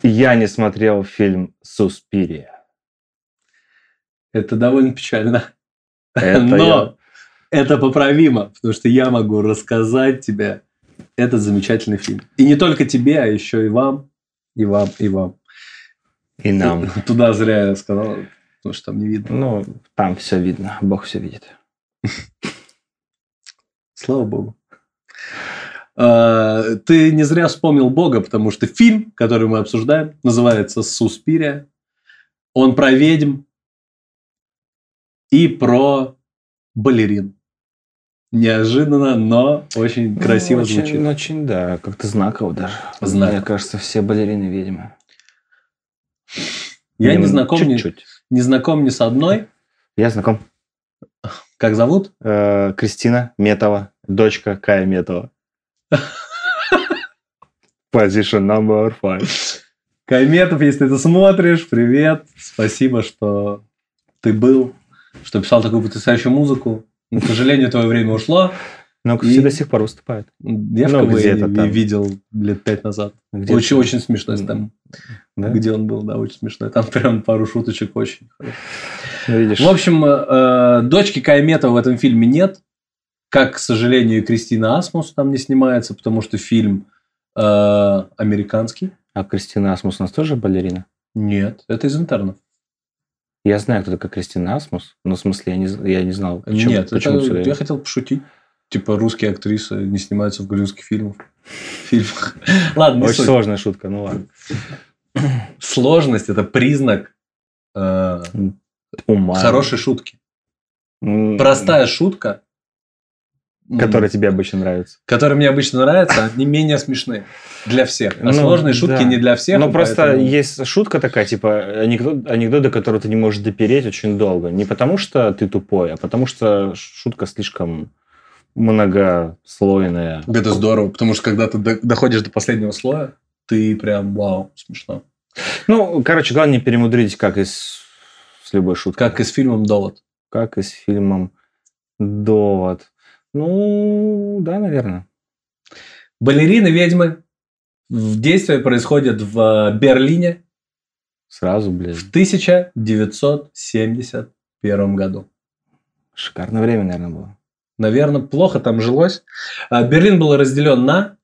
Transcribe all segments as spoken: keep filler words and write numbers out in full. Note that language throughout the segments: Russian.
Я не смотрел фильм «Суспирия». Это довольно печально. Это Но я. это поправимо, потому что я могу рассказать тебе этот замечательный фильм. И не только тебе, а еще и вам, и вам, и вам. И нам. Туда зря я сказал, потому что там не видно. Ну, там все видно. Бог все видит. Слава Богу. А, ты не зря вспомнил Бога, потому что фильм, который мы обсуждаем, называется «Суспирия». Он про ведьм и про балерин. Неожиданно, но очень красиво ну, очень, звучит. Очень, да, как-то знаково даже. Знаково. Мне кажется, все балерины ведьмы. Я Нем- не знаком, ни, чуть-чуть. не знаком ни с одной. Я знаком. Как зовут? Э, Кристина Метова, дочка Кая Метова. Position number five. Кайметов, если ты смотришь, привет. Спасибо, что ты был, что писал такую потрясающую музыку. Но, к сожалению, твое время ушло. Но И- все до сих пор выступают. Я Ну, в КВН где-то там. видел лет пять назад. Где-то. Очень, очень смешной там. Да? Где он был, да, очень смешной. Там прям пару шуточек очень хороших. Ну, видишь. В общем, э, дочки Кайметова в этом фильме нет. Как, к сожалению, и Кристина Асмус там не снимается, потому что фильм э, американский. А Кристина Асмус у нас тоже балерина? Нет, это из интернов. Я знаю, кто такая Кристина Асмус, но в смысле я не, я не знал. Почему, Нет, почему это, всё время? я хотел пошутить. Типа русские актрисы не снимаются в голливудских фильмах. фильмах. Ладно, не Очень суть. сложная шутка, ну ладно. Сложность – это признак э, Ума. хорошей шутки. М, Простая шутка, м, Которая тебе обычно нравится. которая мне обычно нравится, они менее смешные для всех. А Ну, сложные шутки да. не для всех. Ну, и просто поэтому- есть шутка такая, типа, анекдот, анекдот, до которого ты не можешь допереть очень долго. Не потому, что ты тупой, а потому, что шутка слишком многослойная. Это здорово, потому что когда ты до- доходишь до последнего слоя, ты прям вау, смешно. Ну, короче, главное не перемудрить, как и с, с любой шуткой. Как и с фильмом «Довод». Как и с фильмом «Довод». Ну, да, наверное. Балерины-ведьмы в действие происходят в Берлине Сразу, блин. в тысяча девятьсот семьдесят первом году. Шикарное время, наверное, было. Наверное, плохо там жилось. А, Берлин был разделен на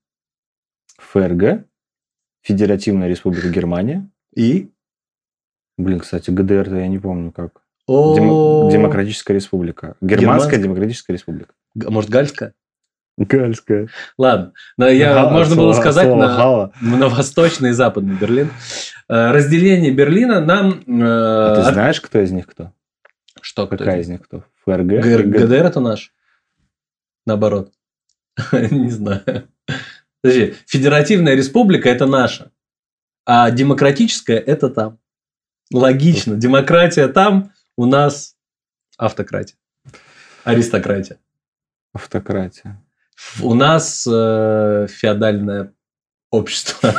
ФРГ, Федеративная Республика Германия. и... Блин, кстати, ГДР-то я не помню как. О, Демо- Демократическая Республика. Германская Германская? Демократическая Республика. Г- Может, Гальская? Гальская. Ладно. Но я, Гала, можно было слово- сказать слово на, Гала. на восточный и западный Берлин. Э, Разделение Берлина нам... э, А ты от- знаешь, кто из них кто? Что? кто Какая это? из них кто? ФРГ? Г- Г- ГДР это наш? Наоборот. Не знаю. Подожди. Федеративная республика это наша. А демократическая это там. Логично. Демократия там, у нас автократия. Аристократия. Автократия. У нас э, феодальное общество.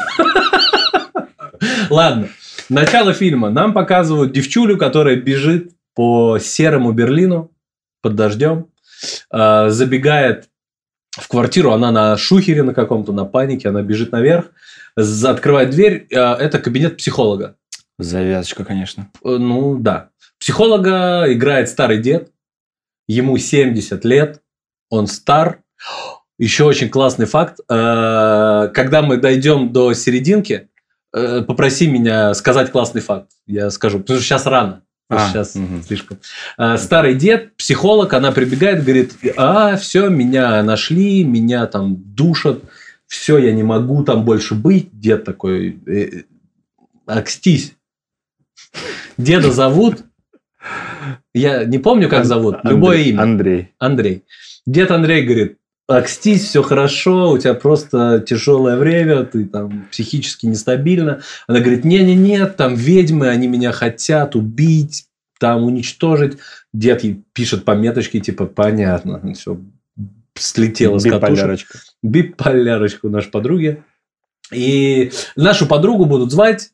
Ладно. Начало фильма. Нам показывают девчулю, которая бежит по серому Берлину под дождем. э, Забегает в квартиру. Она на шухере на каком-то, на панике. Она бежит наверх. з- Открывает дверь. э, Это кабинет психолога. Завязочка, конечно. Э, Ну, да. Психолога играет старый дед. Ему семьдесят лет. Он стар. Еще очень классный факт. Э, Когда мы дойдем до серединки, э, попроси меня сказать классный факт. Я скажу. Потому что сейчас рано. Потому что А, сейчас мгм. слишком. Э, Старый дед, психолог, она прибегает, говорит, а, все, меня нашли, меня там душат. Все, я не могу там больше быть. Дед такой, «Э, окстись. Деда зовут... Я не помню, как Ан- зовут. Андрей- Любое имя. Андрей. Андрей. Дед Андрей говорит, окстись, все хорошо, у тебя просто тяжелое время, ты там психически нестабильна. Она говорит, не-не-не, там ведьмы, они меня хотят убить, там уничтожить. Дед ей пишет пометочки, типа, понятно, все, слетело с катушек. Биполярочка. Биполярочку нашей подруги. И нашу подругу будут звать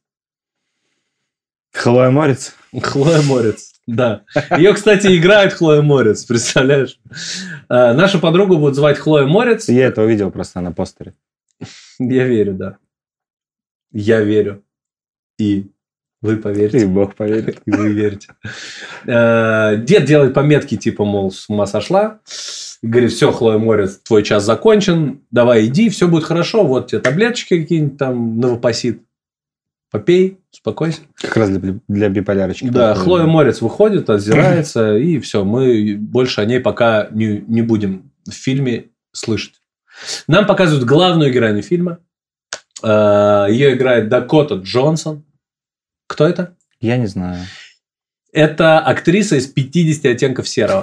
Хлоя Морец. Хлоя Морец. Да. Ее, кстати, играет Хлоя Морец, представляешь? А, нашу подругу будут звать Хлоя Морец. Я это увидел просто на постере. Я верю, да. Я верю. И вы поверите. И Бог поверит. И вы верите. Дед делает пометки, типа, мол, с ума сошла. Говорит, все, Хлоя Морец, твой час закончен. Давай иди, все будет хорошо. Вот тебе таблеточки какие-нибудь там, новопосит. Попей, успокойся. Как раз для, для биполярочки. Да, Хлоя Морец выходит, озирается, и все. Мы больше о ней пока не, не будем в фильме слышать. Нам показывают главную героиню фильма. Ее играет Дакота Джонсон. Кто это? Я не знаю. Это актриса из пятьдесят оттенков серого.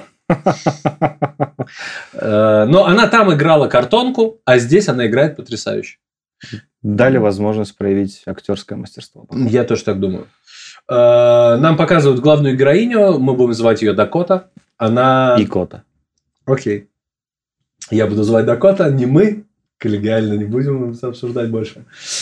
Но она там играла картонку, а здесь она играет потрясающе. Дали возможность проявить актерское мастерство. Я тоже так думаю. Нам показывают главную героиню. Мы будем звать ее Дакота. Она... Икота. Окей. Я буду звать Дакота, не мы. Коллегиально не будем обсуждать больше.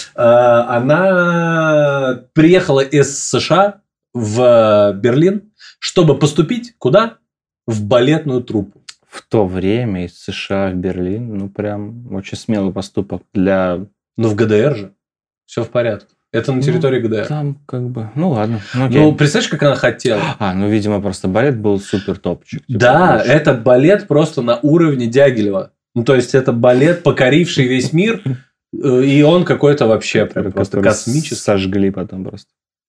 Она приехала из США в Берлин, чтобы поступить куда? В балетную труппу. В то время из США в Берлин, ну, прям очень смелый поступок для... Ну, в ГДР же. Все в порядке. Это на территории ну, ГДР. Там как бы... Ну, ладно. Ну, ну, представляешь, как она хотела? А, ну, видимо, просто балет был супер топчик. Типа, да, больше. Это балет просто на уровне Дягилева. Ну, то есть, это балет, покоривший весь мир, и он какой-то вообще прям просто космический. Сожгли потом просто.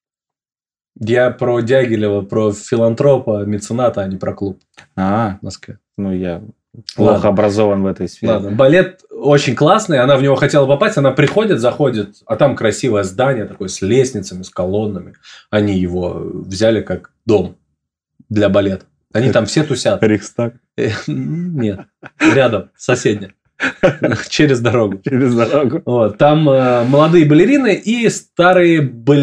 Я про Дягилева, про филантропа, мецената, а не про клуб. А, в Москве. Ну, я плохо Ладно. образован в этой сфере. Ладно, балет очень классный, она в него хотела попасть, она приходит, заходит, а там красивое здание такое с лестницами, с колоннами. Они его взяли как дом для балета. Они там все тусят. Рейхстаг? Нет, рядом, соседняя. Через дорогу. Через дорогу. Вот. Там э, молодые балерины и старые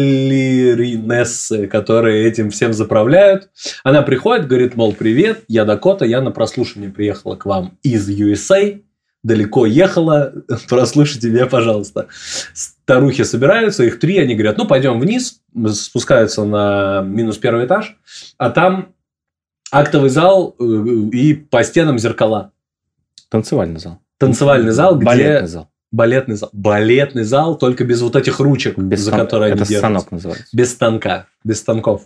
балеринессы, которые этим всем заправляют. Она приходит, говорит, мол, привет, я Дакота, я на прослушивание приехала к вам из ю эс эй. Далеко ехала, прослушайте меня, пожалуйста. Старухи собираются, их три, они говорят, ну, пойдем вниз, спускаются на минус первый этаж, а там актовый зал и по стенам зеркала. Танцевальный зал. Танцевальный зал, где... Балетный зал. Балетный зал. Балетный зал, только без вот этих ручек, без за стан... которые они Это держатся. станок называется. Без станка, без станков.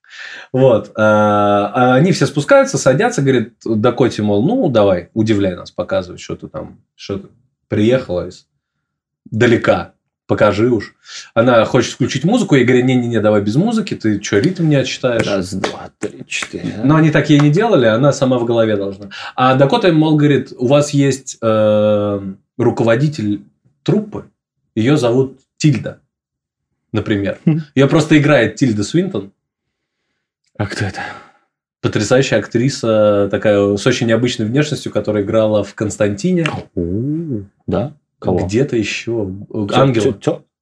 Вот. А они все спускаются, садятся, говорит Дакоте, мол, ну, давай, удивляй нас, показывай, что ты там, что ты приехала из далека. Покажи уж. Она хочет включить музыку, я говорю, не-не-не, давай без музыки, ты что, ритм не отсчитаешь? Раз, два, три, четыре. Но они так ей не делали, она сама в голове должна. А Дакота, мол, говорит, у вас есть э, руководитель труппы, ее зовут Тильда, например. Ее просто играет Тильда Свинтон. А кто это? Потрясающая актриса, такая с очень необычной внешностью, которая играла в «Константине». О, да? Кого? Где-то еще. Ангел.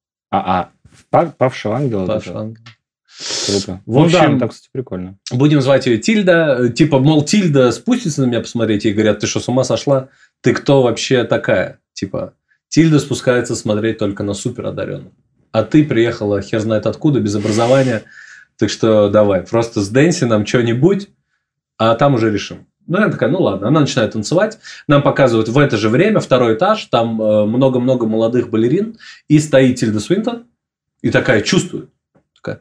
А, а. Павшего ангела. Павшего ангела. Круто. В общем, ну, да, так, кстати, прикольно. Будем звать ее Тильда. Типа, мол, Тильда спустится на меня посмотреть и говорят, ты что, с ума сошла? Ты кто вообще такая? Типа, Тильда спускается смотреть только на суперодаренных. А ты приехала хер знает откуда, без образования. Так что давай, просто сдэнси нам что-нибудь, а там уже решим. Ну, я такая, ну ладно. Она начинает танцевать. Нам показывают в это же время второй этаж. Там э, много-много молодых балерин. И стоит Тильда Свинтон. И такая чувствует. Такая,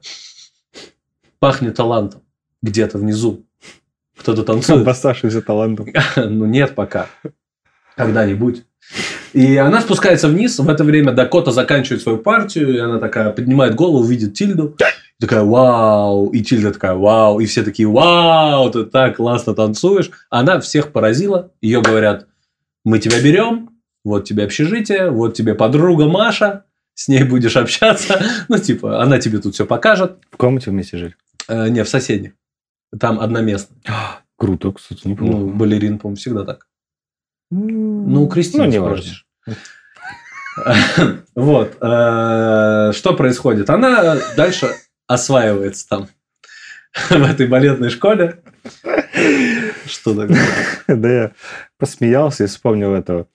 пахнет талантом. Где-то внизу. Кто-то танцует. Обоссавшимся талантом. Ну, нет пока. Когда-нибудь. И она спускается вниз. В это время Дакота заканчивает свою партию. И она такая поднимает голову, видит Тильду. И такая, вау. И Тильда такая, вау. И все такие, вау, ты так классно танцуешь. Она всех поразила. Ее говорят, мы тебя берем. Вот тебе общежитие. Вот тебе подруга Маша. С ней будешь общаться. Ну, типа, она тебе тут все покажет. В комнате вместе жили? Э, не, в соседних. Там одноместно. Круто, кстати, неплохо. Ну, балерин, по-моему, всегда так. Ну, Кристина, ну, не спросишь. Вот. Что происходит? Она дальше осваивается там, в этой балетной школе. Что такое? Да я посмеялся и вспомнил этого.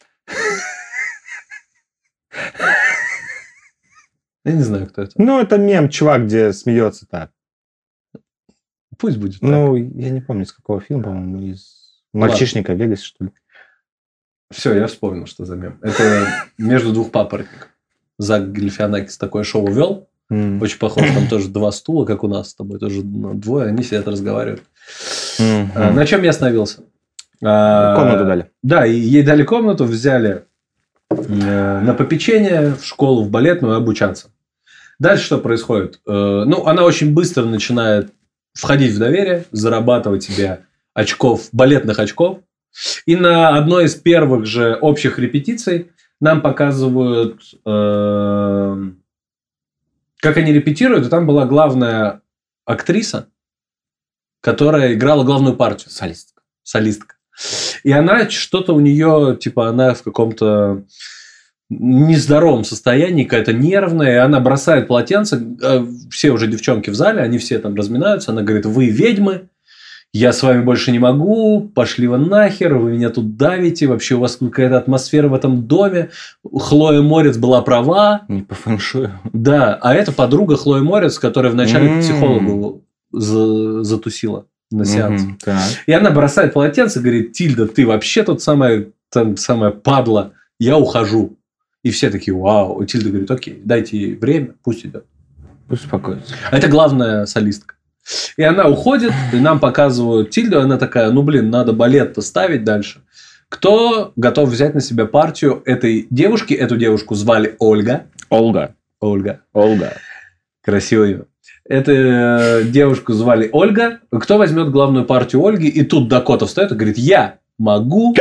Я не знаю, кто это. Ну, это мем, чувак, где смеется так. Пусть будет так. Ну, я не помню, из какого фильма, по-моему, из «Мальчишника в Вегасе», что ли. Все, я вспомнил, что за мем. Это «Между двух папоротников». Зак Галифианакис такое шоу вел. Mm. Очень похож. Там тоже два стула, как у нас с тобой. Тоже двое, они сидят, разговаривают. Mm-hmm. А, на чем я остановился? Комнату дали. Да, и ей дали комнату, взяли на попечение в школу, в балетную обучаться. Дальше что происходит? Ну, она очень быстро начинает входить в доверие, зарабатывать себе очков, балетных очков. И на одной из первых же общих репетиций нам показывают, э, как они репетируют. И там была главная актриса, которая играла главную партию. Солистка. Солистка. И она что-то у нее, типа, она в каком-то нездоровом состоянии, какая-то нервная, и она бросает полотенце, все уже девчонки в зале, они все там разминаются, она говорит: вы ведьмы, я с вами больше не могу, пошли вы нахер, вы меня тут давите, вообще у вас какая-то атмосфера в этом доме, Хлоя Морец была права. Не по фэншую. Да, а это подруга Хлои Морец, которая вначале к психологу затусила на сеанс. Mm-hmm, и она бросает полотенце, говорит: Тильда, ты вообще тут самая, там, самая падла, я ухожу. И все такие: вау. И Тильда говорит: окей, дайте ей время, пусть идет. Пусть успокоится. А это главная солистка. И она уходит, и нам показывают Тильду, она такая: ну блин, надо балет-то ставить дальше. Кто готов взять на себя партию этой девушки? Эту девушку звали Ольга. Ольга. Ольга. Ольга. Красивое имя. Эту девушку звали Ольга. Кто возьмет главную партию Ольги? И тут Дакота встает и говорит: я могу...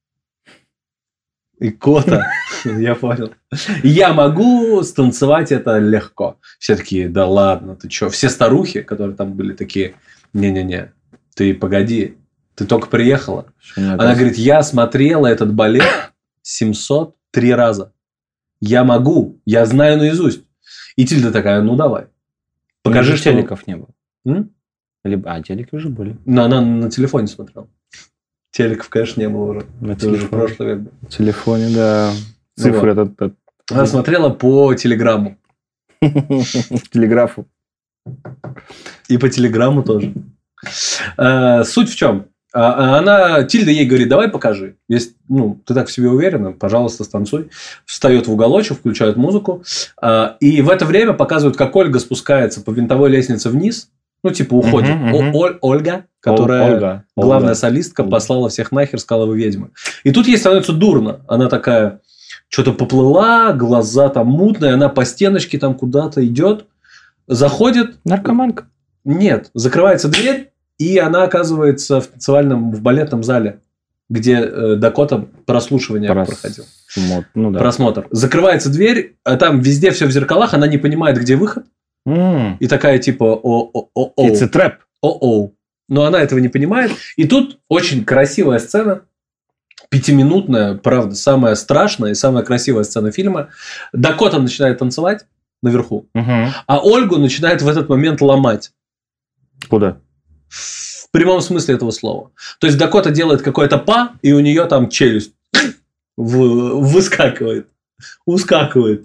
И Кота, я понял. Я могу станцевать это легко. Все такие: да ладно, ты что? Все старухи, которые там были, такие: не-не-не, ты погоди, ты только приехала. Она говорит: я смотрела этот балет семьсот три раза. Я могу, я знаю наизусть. И Тильда такая: ну давай. Покажи, что... телеков не было. М? Либо... А, телеки уже были. Но она на телефоне смотрела. Телеков, конечно, не было уже. На это уже прошлый век. В телефоне, да. Цифры. Ну, вот. Она смотрела по телеграмму. Телеграфу. И по телеграмму тоже. Суть в чем? Она, Тильда ей говорит: давай покажи. Если, ну, ты так в себе уверена, пожалуйста, станцуй. Встает в уголочек, включают музыку. И в это время показывают, как Ольга спускается по винтовой лестнице вниз. Ну, типа, уходит. Uh-huh, uh-huh. Ольга, которая Ольга. главная Ольга. солистка, послала всех нахер, сказала: вы ведьмы. И тут ей становится дурно. Она такая, что-то поплыла, глаза там мутные, она по стеночке там куда-то идет, заходит. Наркоманка. Нет, закрывается дверь, и она оказывается в танцевальном, в балетном зале, где э, Дакота прослушивание Прос... проходил. Ну, да. Просмотр. Закрывается дверь, а там везде все в зеркалах, она не понимает, где выход. Mm. И такая типа: о-о-о-о. It's a trap. О-о. Но она этого не понимает. И тут очень красивая сцена. Пятиминутная, правда, самая страшная и самая красивая сцена фильма. Дакота начинает танцевать наверху, Uh-huh. а Ольгу начинает в этот момент ломать. Куда? В прямом смысле этого слова. То есть Дакота делает какое-то па, и у нее там челюсть выскакивает. Ускакивает.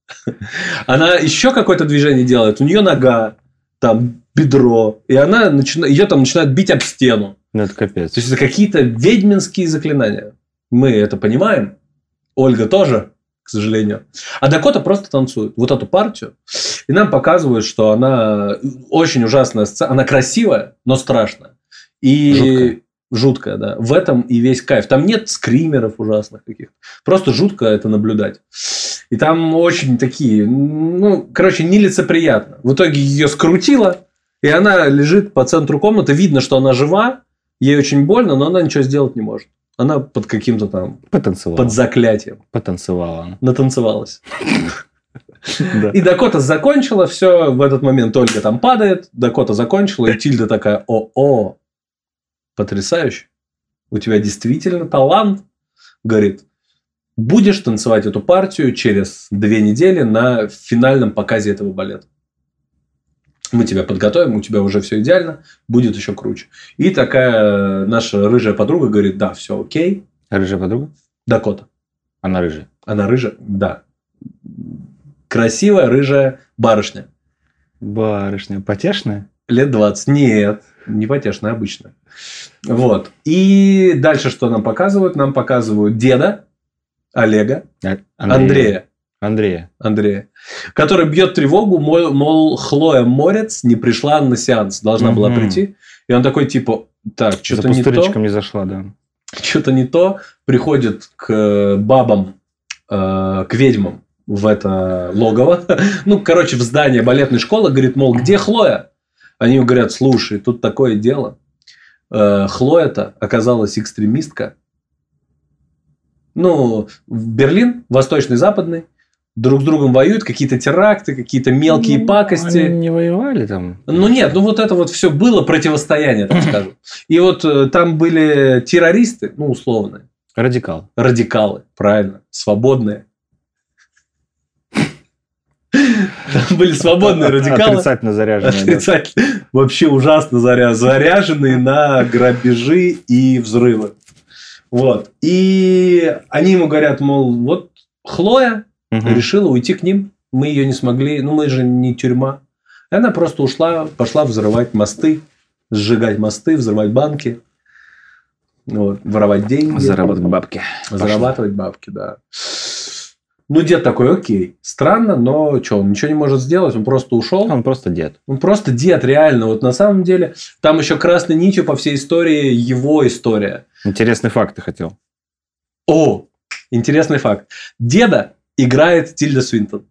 Она еще какое-то движение делает. У нее нога, там бедро. И она начинает, ее там начинает бить об стену. Ну, это капец. То есть это какие-то ведьминские заклинания. Мы это понимаем. Ольга тоже, к сожалению. А Дакота просто танцует вот эту партию. И нам показывают, что она очень ужасная сцена. Она красивая, но страшная. И жуткая. Жуткая, да. В этом и весь кайф. Там нет скримеров ужасных каких-то. Просто жутко это наблюдать. И там очень такие, ну, короче, нелицеприятно. В итоге ее скрутило, и она лежит по центру комнаты. Видно, что она жива, ей очень больно, но она ничего сделать не может. Она под каким-то там... Потанцевала. Под заклятием. Потанцевала. Натанцевалась. И Дакота закончила, все, в этот момент Ольга там падает, Дакота закончила, и Тильда такая: о-о, потрясающе, у тебя действительно талант, говорит. Будешь танцевать эту партию через две недели на финальном показе этого балета. Мы тебя подготовим, у тебя уже все идеально, будет еще круче. И такая наша рыжая подруга говорит: да, все окей. Рыжая подруга? Дакота. Она рыжая. Она рыжая? Да. Красивая рыжая барышня. Барышня. Потешная? Лет двадцать. Нет, не потешная, обычная. Вот. И дальше что нам показывают? Нам показывают деда Олега, А- Андрея. Андрея. Андрея. Который бьет тревогу, мол, мол, Хлоя Морец не пришла на сеанс. Должна была Мгм. прийти. И он такой, типа, так, За что-то не то. пустыречком не зашла, да. Что-то не то. Приходит к бабам, э, к ведьмам в это логово. Ну, короче, в здание балетной школы. Говорит, мол, где Хлоя? Они говорят, слушай, тут такое дело. Э, Хлоя-то оказалась экстремистка. Ну, в Берлин, восточный, западный, друг с другом воюют, какие-то теракты, какие-то мелкие Ну, пакости. Они не воевали там. Ну, нет, ну, вот это вот все было противостояние, так скажем. И вот э, там были террористы, ну, условные, Радикал. радикалы, правильно, свободные. Там были свободные радикалы. Отрицательно заряженные. да. Отрицательно. Вообще ужасно заря- заряженные на грабежи и взрывы. Вот. И они ему говорят, мол, вот Хлоя Мгм. решила уйти к ним. Мы ее не смогли. Ну, мы же не тюрьма. И она просто ушла, пошла взрывать мосты, сжигать мосты, взрывать банки, вот, воровать деньги. Заработать бабки. Зарабатывать бабки, да. Ну, дед такой, окей. Странно, но что, он ничего не может сделать, он просто ушел. Он просто дед. Он просто дед, реально. Вот на самом деле, там еще красной нитью по всей истории его история. Интересный факт ты хотел. О, интересный факт. Деда играет Тильда Свинтон.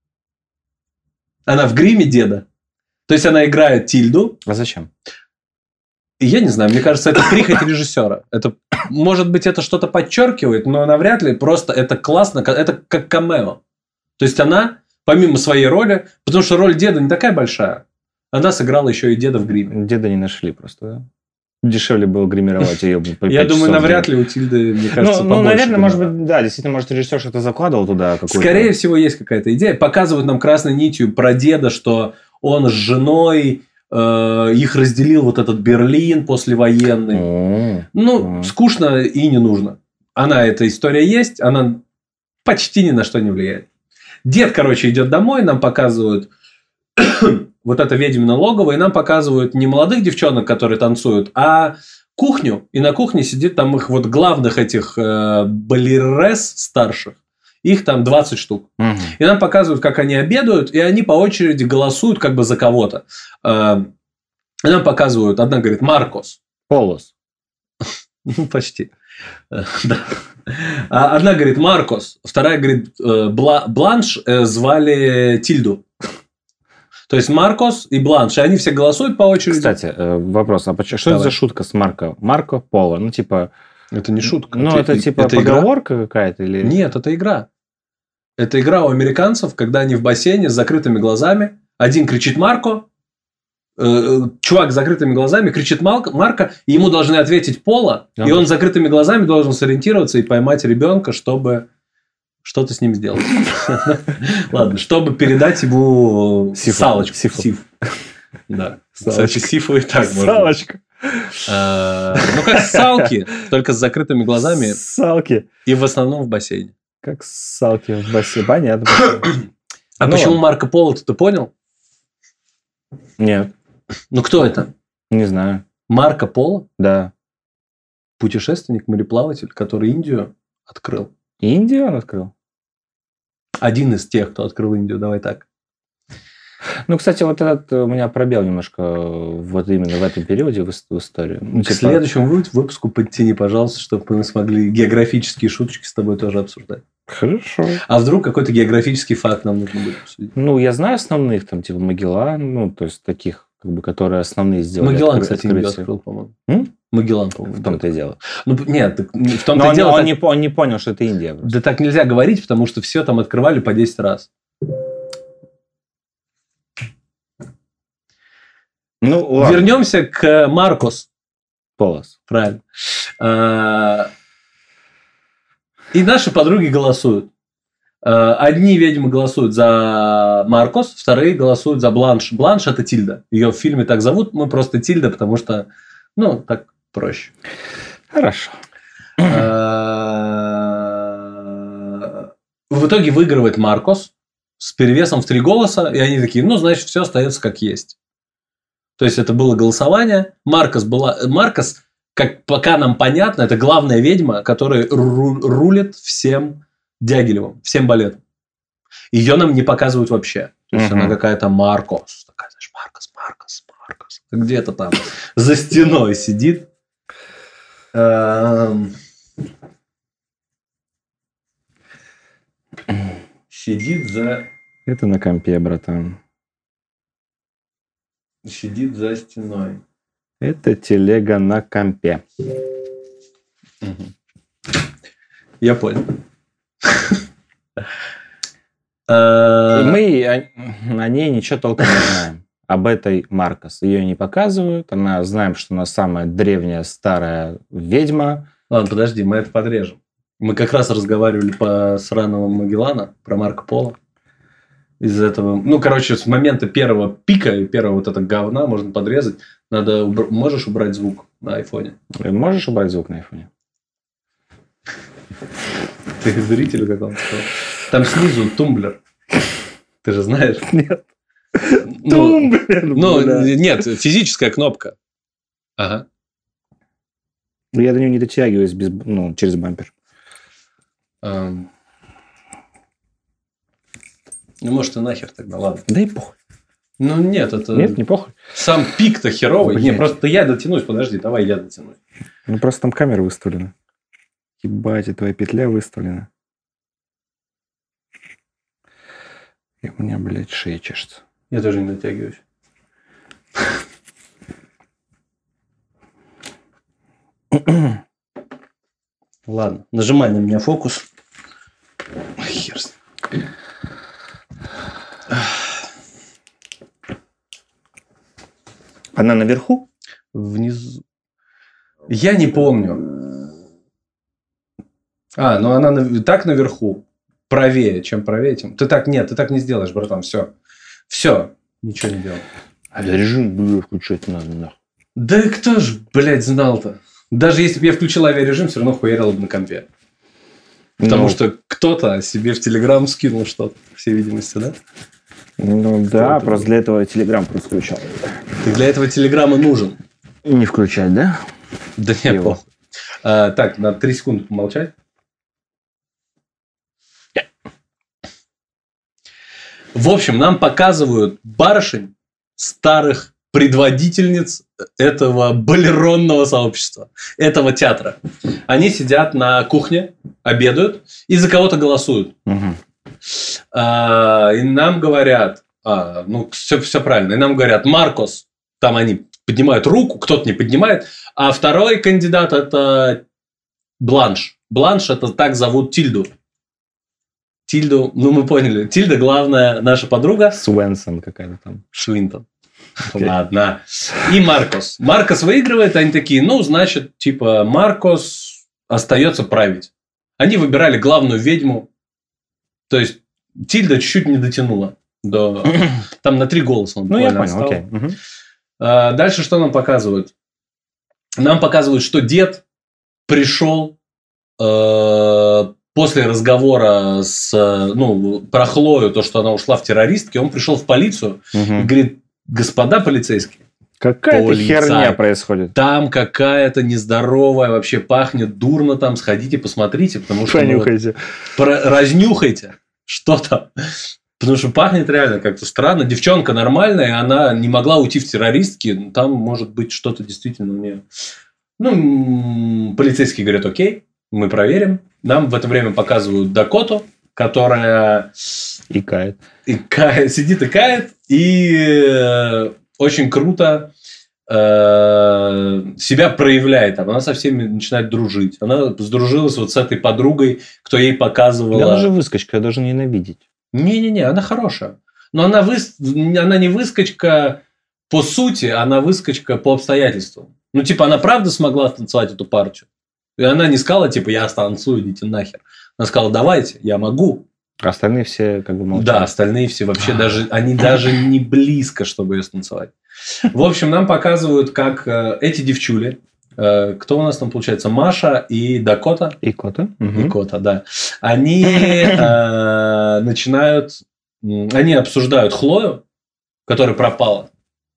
Она в гриме деда. То есть, она играет Тильду. А зачем? И я не знаю, мне кажется, это прихоть режиссера. Это, может быть, это что-то подчеркивает, но она вряд ли. Просто это классно. Это как камео. То есть, она, помимо своей роли, потому что роль деда не такая большая, она сыграла еще и деда в гриме. Деда не нашли просто, да? Дешевле было гримировать ее. Я думаю, навряд ли у Тильды, мне кажется, Ну, ну, побольше наверное, было. может быть, да, действительно, может, режиссер что-то закладывал туда. какую-то- Скорее всего, есть какая-то идея. Показывают нам красной нитью про деда, что он с женой, э, их разделил вот этот Берлин послевоенный. О, Ну, Мгм. скучно и не нужно. Она, эта история есть, она почти ни на что не влияет. Дед, короче, идет домой, нам показывают вот это ведьмино логово, и нам показывают не молодых девчонок, которые танцуют, а кухню. И на кухне сидит там их вот главных этих э, балерес старших. Их там двадцать штук. Мгм. И нам показывают, как они обедают, и они по очереди голосуют как бы за кого-то. Э, И нам показывают, одна говорит, Маркос. Полос. Ну, почти. Э, да. А одна говорит Маркос, вторая говорит э, Бла- Бланш, э, звали Тильду. То есть Маркос и Бланш, и они все голосуют по очереди. Кстати, э, вопрос, а почему, что это Давай. за шутка с Марко? Марко Поло, ну, типа... Это не шутка. Ну, это, типа это игра? поговорка какая-то? Или... Нет, это игра. Это игра у американцев, когда они в бассейне с закрытыми глазами. Один кричит Марко, э, чувак с закрытыми глазами кричит Мал- Марко, и ему должны ответить Пола, и Ага. он с закрытыми глазами должен сориентироваться и поймать ребенка, чтобы что-то с ним сделать. Ладно, чтобы передать ему Сифу. салочку. Сифу. Сиф. Да. Салочка. Кстати, сифу и так можно. Салочка. А, Ну, как салки, только с закрытыми глазами Салки. и в основном в бассейне. Как салки в бассейне. Понятно. А Ну почему ладно. Марко Поло, ты понял? Нет, Ну, кто это? не знаю. Марко Поло, Да. путешественник, мореплаватель, который Индию открыл. Индию он открыл? Один из тех, кто открыл Индию, давай так. Ну, кстати, вот этот у меня пробел немножко вот именно в этом периоде в ис- в истории. Ну, К типа, следующему вы- выпуску подтяни, пожалуйста, чтобы мы смогли географические шуточки с тобой тоже обсуждать. Хорошо. А вдруг какой-то географический факт нам нужно будет обсудить? Ну, я знаю основных, там, типа, Магеллан, ну, то есть, таких, как бы, которые основные сделали. Магеллан, откры- кстати, Индию открытие. открыл, по-моему. М? Магеллан, по-моему. В том-то и дело. Ну, нет, так в Но том-то и он, дело. он так- не, по- он не понял, что это Индия. просто. Да так нельзя говорить, потому что все там открывали по десять раз. Ну, ладно. Вернемся к Маркос. Полос. Правильно. А, И наши подруги голосуют. А, Одни ведьмы голосуют за Маркос, вторые голосуют за Бланш. Бланш – это Тильда. Ее в фильме так зовут. Мы просто Тильда, потому что, ну, так проще. Хорошо. А, В итоге выигрывает Маркос с перевесом в три голоса. И они такие, ну, значит, все остается как есть. То есть, это было голосование. Маркос была... Маркос, как пока нам понятно, это главная ведьма, которая ру- рулит всем Дягилевым, всем балетом. Ее нам не показывают вообще. То есть, Мгм. она какая-то Маркос. Такая, знаешь, Маркос, Маркос, Маркос. Где-то там за стеной сидит. Эм, Сидит за... Это на компе, братан. Сидит за стеной. Это телега на компе. Я понял. И мы о, о ней ничего толком не знаем. Об этой Маркос. Ее не показывают. Она знаем, что она самая древняя, старая ведьма. Ладно, подожди, мы это подрежем. Мы как раз разговаривали по сраному Магеллана, про Марко Поло. Из этого... Ну, короче, с момента первого пика и первого вот этого говна можно подрезать. Надо... убр- Можешь убрать звук на айфоне? Можешь убрать звук на айфоне? Ты зритель какого-то. Там снизу тумблер. Ты же знаешь? Нет. Ну, Тумблер, ну, бля. нет, физическая кнопка. Ага. Я до нее не дотягиваюсь без, ну, через бампер. Эм. Ну, может, и нахер тогда, ладно. Да и похуй. Ну, нет, это... Нет, не похуй. Сам пик-то херовый. Блядь. Не, просто я дотянусь, подожди, давай я дотянусь. Ну, просто там камера выставлена. Ебать, и твоя петля выставлена. И у меня, блядь, шея чешется. Я тоже не дотягиваюсь. Ладно, нажимай на меня фокус. Хер с ним. Она наверху? Внизу. Я не помню. А, ну она на- так наверху. Правее. Чем правее, тем... Ты так, нет, ты так не сделаешь, братан. Все. Все. Ничего не делал. А режим, блядь, включать надо, нахуй. Да кто ж, блядь, знал-то? Даже если бы я включил авиарежим, все равно хуярил бы на компе. Потому Ну, что кто-то себе в Телеграм скинул что-то, по всей видимости, да? Ну да, это просто для этого Телеграм просто включал. Так для этого Телеграма нужен. Не включать, да? Да не, Его. похуй. А, так, на три секунды помолчать. В общем, нам показывают барышень, старых предводительниц этого балеронного сообщества, этого театра. Они сидят на кухне, обедают и за кого-то голосуют. Угу. А, и нам говорят, а, ну, все, все правильно, и нам говорят, Маркос, там они поднимают руку, кто-то не поднимает, а второй кандидат это Бланш. Бланш это так зовут Тильду. Тильду, ну мы поняли, Тильда главная наша подруга. Свенсон какая-то там. Швинтон. Ладно. И Маркос. Маркос выигрывает, они такие, ну, значит, типа, Маркос остается править. Они выбирали главную ведьму. То есть, Тильда чуть-чуть не дотянула до... Там на три голоса он Ну, я буквально понял, отстал. окей. Мгм. А, дальше что нам показывают? Нам показывают, что дед пришел э, после разговора с, э, ну, про Хлою, то, что она ушла в террористки, он пришел в полицию и Мгм. говорит, господа полицейские, Какая-то Полицай. херня происходит. там какая-то нездоровая, вообще пахнет дурно там, сходите, посмотрите, потому что... ну, вот, Понюхайте. про- разнюхайте, что там. Потому что пахнет реально как-то странно. Девчонка нормальная, она не могла уйти в террористки. Ну, там может быть что-то действительно не... Ну, м, полицейские говорят, окей, мы проверим. Нам в это время показывают Дакоту, которая И кает. и ка- сидит и кает, и э, очень круто э, себя проявляет. Она со всеми начинает дружить. Она сдружилась вот с этой подругой, кто ей показывала... Да она же выскочка, я должен ненавидеть. Не-не-не, она хорошая. Но она, выс... она не выскочка по сути, она выскочка по обстоятельствам. Ну, типа, она правда смогла танцевать эту партию? И она не сказала, типа, я станцую, идите нахер. Она сказала, давайте, я могу. А остальные все как бы молчат. Да, остальные все вообще даже, они даже не близко, чтобы ее станцевать. В общем, нам показывают, как э, эти девчули, э, кто у нас там получается, Маша и Дакота, И кота. и Кота, да, они э, начинают, м, они обсуждают Хлою, которая пропала,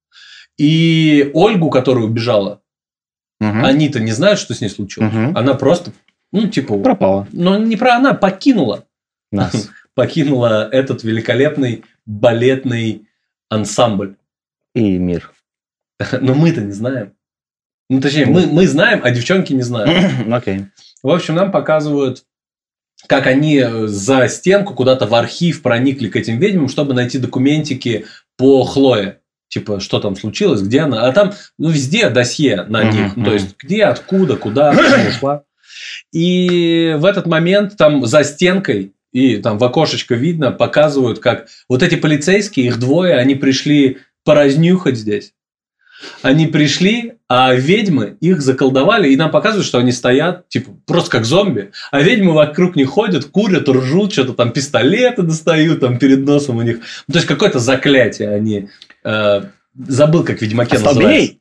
и Ольгу, которая убежала. Мгм. Они-то не знают, что с ней случилось. Мгм. Она просто, ну, типа, Пропала. ну, не про она, покинула. Нас. покинула этот великолепный балетный ансамбль. И мир. Но мы-то не знаем. Ну, точнее, мы, мы знаем, а девчонки не знают. Окей. Okay. В общем, нам показывают, как они за стенку куда-то в архив проникли к этим ведьмам, чтобы найти документики по Хлое. Типа, что там случилось, где она. А там ну, везде досье на них. Uh-huh, ну, то есть, где, откуда, куда, почему ушла. И в этот момент там за стенкой и там в окошечко видно, показывают, как вот эти полицейские, их двое, они пришли поразнюхать здесь. Они пришли, а ведьмы их заколдовали, и нам показывают, что они стоят, типа, просто как зомби. А ведьмы вокруг них ходят, курят, ржут, что-то там пистолеты достают там перед носом у них. Ну, то есть, какое-то заклятие они... Э, забыл, как в Ведьмаке называется.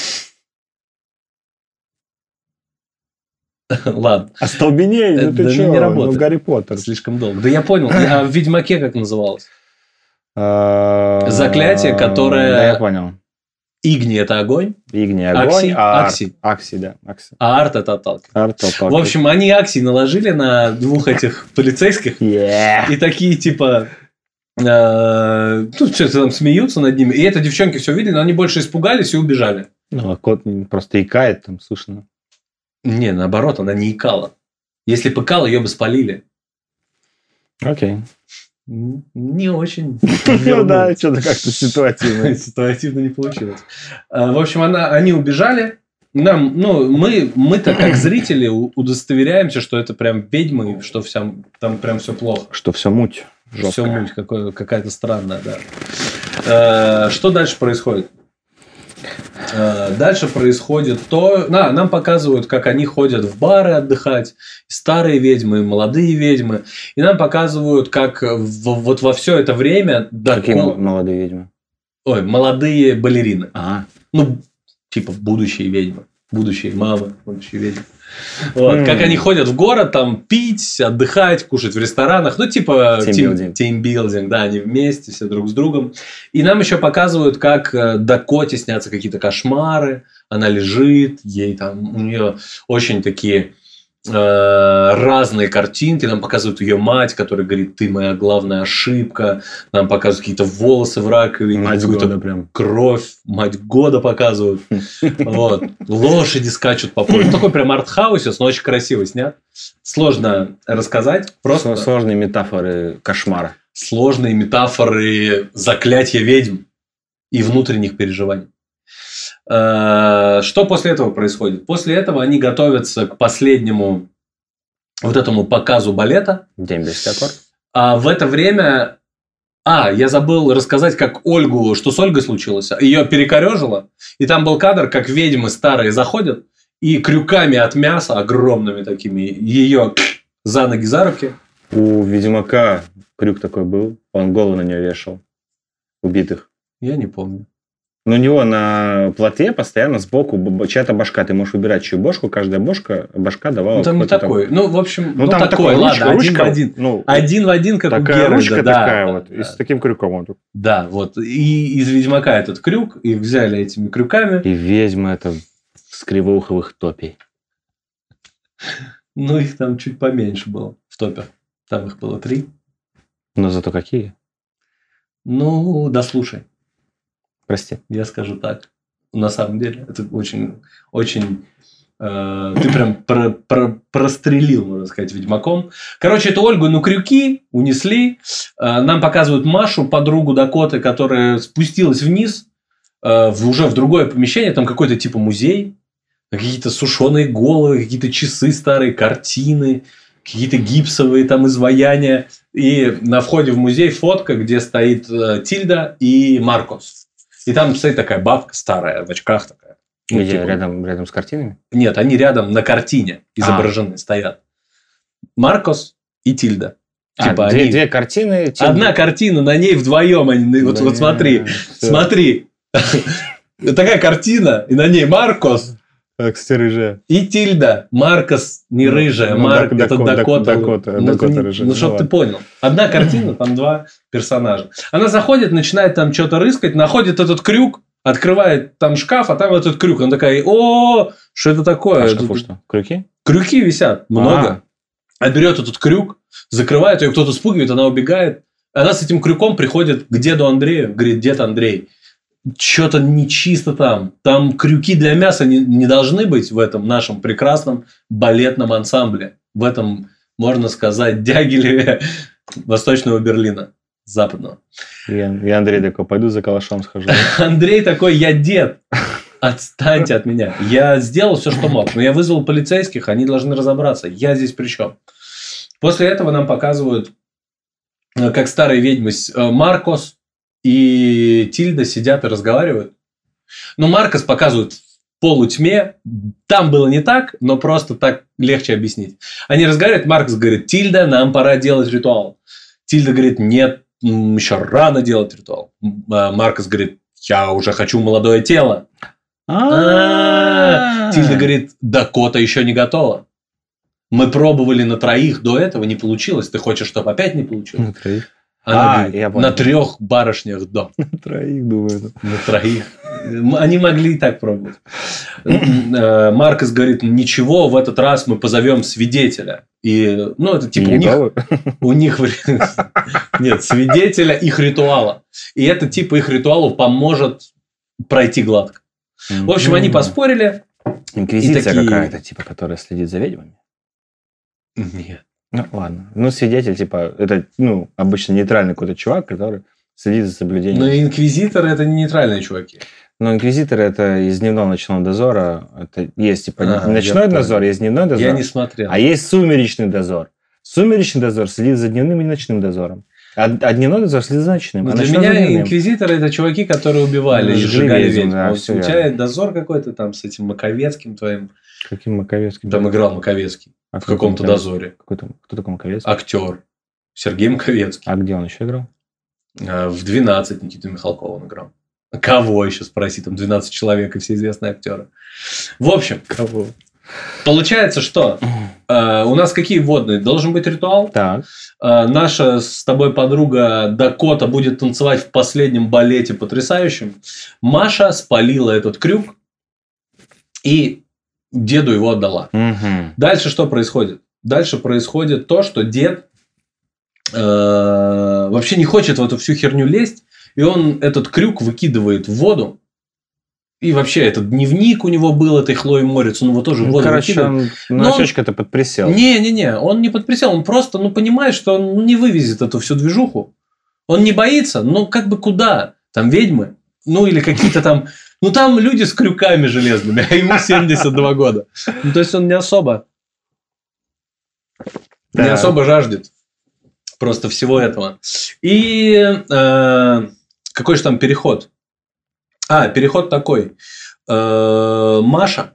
Ладно. Остолбеней, ну ты что? Не работает. Ну, Гарри Поттер. Слишком долго. Да я понял. А в Ведьмаке как называлось? Заклятие, которое... Да, я понял. Игни – это огонь. Игни – огонь. Акси, а акси. Акси, да. Акси. А арт – это отталкивает. Арт отталкивает. В общем, они акси наложили на двух этих полицейских. Yeah. И такие, типа... Э, тут что-то там смеются над ними. И это девчонки все видели, но они больше испугались и убежали. Ну, а кот просто икает, там слышно. Не, наоборот, она не икала. Если бы икала, ее бы спалили. Окей. Не очень. Ну да, что-то как-то ситуативно. Ситуативно не получилось. В общем, она, они убежали. Нам, ну, мы, мы-то как зрители удостоверяемся, что это прям ведьмы, что вся, там прям все плохо. Что все муть. Жестко. Все муть, какое, какая-то странная, да. Что дальше происходит? Дальше происходит то... На, нам показывают, как они ходят в бары отдыхать. Старые ведьмы, молодые ведьмы. И нам показывают, как в, вот во все это время... Какие до... молодые ведьмы? Ой, молодые балерины. Ага. Ну, типа будущие ведьмы. Будущие мамы, будущие ведьмы. Вот. Mm. Как они ходят в город, там пить, отдыхать, кушать в ресторанах. Ну, типа тимбилдинг. Тимбилдинг, да, они вместе, все друг с другом. И нам еще показывают, как Дакоте снятся какие-то кошмары. Она лежит, ей там, у нее очень такие э, разные картинки. Нам показывают ее мать, которая говорит: ты моя главная ошибка. Нам показывают какие-то волосы в раковине, мать года прям. Кровь, мать года показывают. Вот. Лошади скачут по полю. Такой прям артхаусис, но очень красиво снят. Сложно рассказать. Просто сложные метафоры кошмара. Сложные метафоры заклятия ведьм и внутренних переживаний. Что после этого происходит? После этого они готовятся к последнему вот этому показу балета. Дембельский аккорд. А в это время... А, я забыл рассказать, как Ольгу, что с Ольгой случилось. Ее перекорежило. И там был кадр, как ведьмы старые заходят и крюками от мяса, огромными такими, ее за ноги, за руки. У Ведьмака крюк такой был. Он голову на нее вешал. Убитых. Я не помню. Но у него на плоте постоянно сбоку чья-то башка. Ты можешь выбирать чью бошку. Каждая бошка, башка давала... Ну, там не такой. Там... Ну, в общем, ну, ну, там такой. такой, Ладно, ручка, один в один. Ну, один в один, как такая у Геральда. ручка да, такая да, вот. Да. И с таким крюком. Вот. Да, вот. И из Ведьмака этот крюк. И взяли этими крюками. И ведьма это с кривоуховых топей. Ну, их там чуть поменьше было в топе. Там их было три. Но зато какие? Ну, да слушай. Прости. Я скажу так. На самом деле, это очень, очень э, ты прям про, про, прострелил, можно сказать, Ведьмаком. Короче, эту Ольгу, ну, крюки унесли. Э, нам показывают Машу, подругу Дакоты, которая спустилась вниз, э, в, уже в другое помещение. Там какой-то типа музей. Какие-то сушеные головы, какие-то часы старые, картины, какие-то гипсовые там изваяния. И на входе в музей фотка, где стоит э, Тильда и Маркос. И там стоит такая бабка старая, в очках такая. Ну, типа... рядом, рядом с картинами? Нет, они рядом на картине изображены, а. стоят. Маркос и Тильда. А, типа две, они... две картины. Тильда. Одна картина, на ней вдвоем. Они... Вот, вот смотри, все. смотри. Такая картина, и на ней Маркос. Кстати, рыжая. И Тильда. Маркос не рыжая. Ну, Марк Дак, это Дак, Дакота. Дакота, ну, Дакота не, рыжая. Ну, чтоб ты понял. Одна картина, там два персонажа. Она заходит, начинает там что-то рыскать, находит этот крюк, открывает там шкаф, а там этот крюк. Она такая: о, что это такое? А шкафу что? Крюки? Крюки висят. Много. А, а берет этот крюк, закрывает, ее кто-то спугивает, она убегает. Она с этим крюком приходит к деду Андрею, говорит, дед Андрей, что-то нечисто там. Там крюки для мяса не, не должны быть в этом нашем прекрасном балетном ансамбле. В этом, можно сказать, Дягилеве Восточного Берлина, Западного. И, и Андрей такой, пойду за калашом схожу. Андрей такой, я дед. Отстаньте от меня. Я сделал все, что мог. Но я вызвал полицейских, они должны разобраться. Я здесь при чем? После этого нам показывают, как старые ведьмы Маркос и Тильда сидят и разговаривают. Но Маркос показывают в полутьме. Там было не так, но просто так легче объяснить. Они разговаривают, Маркос говорит, Тильда, нам пора делать ритуал. Тильда говорит, нет, еще рано делать ритуал. Маркос говорит, я уже хочу молодое тело. Тильда говорит, Дакота еще не готова. Мы пробовали на троих до этого, не получилось. Ты хочешь, чтобы опять не получилось? На троих? Она а, говорит, я понял. На трех барышнях до. На троих, думаю. На троих. Они могли и так пробовать. Маркос говорит, ничего, в этот раз мы позовем свидетеля. И, ну, это типа у них, у них... Нет, свидетеля их ритуала. И это типа их ритуалу поможет пройти гладко. В общем, они поспорили. Инквизиция такие... какая-то, типа, которая следит за ведьмами? Нет. Ну, ладно. Ну, свидетель, типа, это, ну, обычно нейтральный какой-то чувак, который следит за соблюдением. Но инквизиторы – это не нейтральные чуваки. Но инквизиторы – это из дневного ночного дозора. Это есть, типа, а, ночной дозор, есть дневной дозор. Я не смотрел. А есть сумеречный дозор. Сумеречный дозор следит за дневным и ночным дозором. А, а дневной дозор следит за ночным. Ну, а для меня инквизиторы – это чуваки, которые убивали и сжигали ведьм. Да, вот у тебя дозор какой-то там с этим Маковецким твоим. Каким Маковецким? Там играл Маковецкий. А в каком-то дозоре. Какой-то, кто такой Маковецкий? Актер. Сергей Маковецкий. А где он еще играл? В двенадцать Никиту Михалкова он играл. Кого еще спроси? Там двенадцать человек и все известные актеры. В общем. Кого? Получается, что э, у нас какие вводные? Должен быть ритуал. Так. Э, наша с тобой подруга Дакота будет танцевать в последнем балете потрясающем. Маша спалила этот крюк и деду его отдала. Угу. Дальше что происходит? Дальше происходит то, что дед э, вообще не хочет в эту всю херню лезть, и он этот крюк выкидывает в воду. И вообще, этот дневник у него был, этой Хлои Морец, он его тоже в воду ну, короче, выкидывает. он носочка-то подприсел. Не-не-не, он не подприсел, он просто ну, понимает, что он ну, не вывезет эту всю движуху. Он не боится, но как бы куда? Там ведьмы, ну или какие-то там... Ну, там люди с крюками железными, а ему семьдесят два года. Ну, то есть, он не особо... Да. Не особо жаждет просто всего этого. И э, какой же там переход? А, переход такой. Э, Маша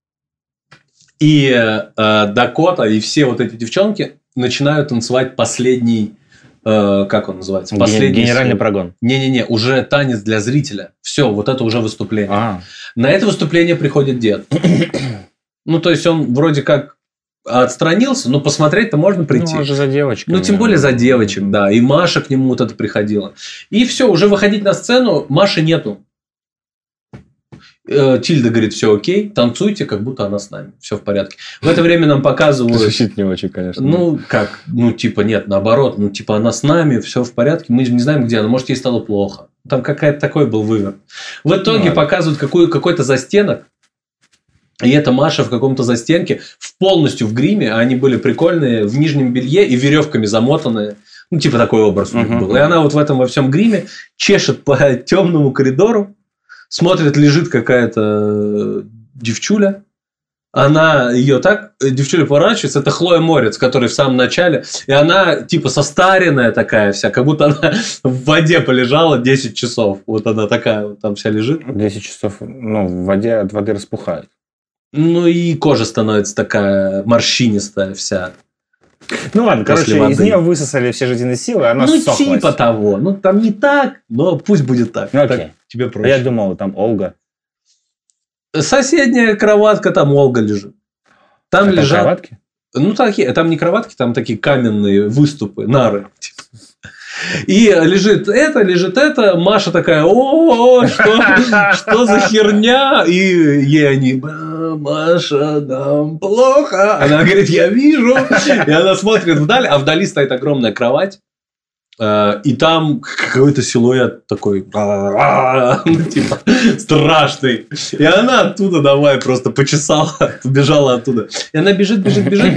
и э, Дакота, и все вот эти девчонки начинают танцевать последний... Э, как он называется? Последний генеральный свой... прогон. Не-не-не, уже танец для зрителя. Все, вот это уже выступление. А. На это выступление приходит дед. Ну, то есть, он вроде как отстранился, но посмотреть-то можно прийти. Ну, уже за девочек. Ну, тем более за девочек, да. И Маша к нему вот это приходила. И все, уже выходить на сцену, Маши нету. Тильда говорит, все окей, танцуйте, как будто она с нами. Все в порядке. В это время нам показывают... Звучит не очень, конечно. Ну, как? Ну, типа, нет, наоборот. Ну, типа, она с нами, все в порядке. Мы же не знаем, где она. Может, ей стало плохо. Там какая-то такой был выверт. В итоге ну, показывают какую, какой-то застенок. И это Маша в каком-то застенке, в полностью в гриме, а они были прикольные, в нижнем белье и веревками замотанные. Ну, типа, такой образ у них был. И она вот в этом во всем гриме чешет по темному коридору. Смотрит, лежит какая-то девчуля. Она ее так... Девчуля поворачивается. Это Хлоя Морец, которая в самом начале. И она типа состаренная такая вся. Как будто она в воде полежала десять часов. Вот она такая вот там вся лежит. десять часов ну, в воде от воды распухает. Ну и кожа становится такая морщинистая вся. Ну ладно, короче, воды. Из нее высосали все жизненные силы, она ну, ссохлась. Ну типа того. Ну там не так, но пусть будет так. Ну окей. Так, тебе проще. А я думал, там Олга. Соседняя кроватка, там Олга лежит. Там а лежат... кроватки? Ну такие, там не кроватки, там такие каменные выступы, нары. И лежит это, лежит это. Маша такая, о, что, что за херня? И ей они, Маша, нам плохо. Она говорит, я вижу. И она смотрит вдаль, а вдали стоит огромная кровать. И там какой-то силуэт такой, типа, страшный. И она оттуда давай просто почесала, побежала оттуда. И она бежит, бежит, бежит.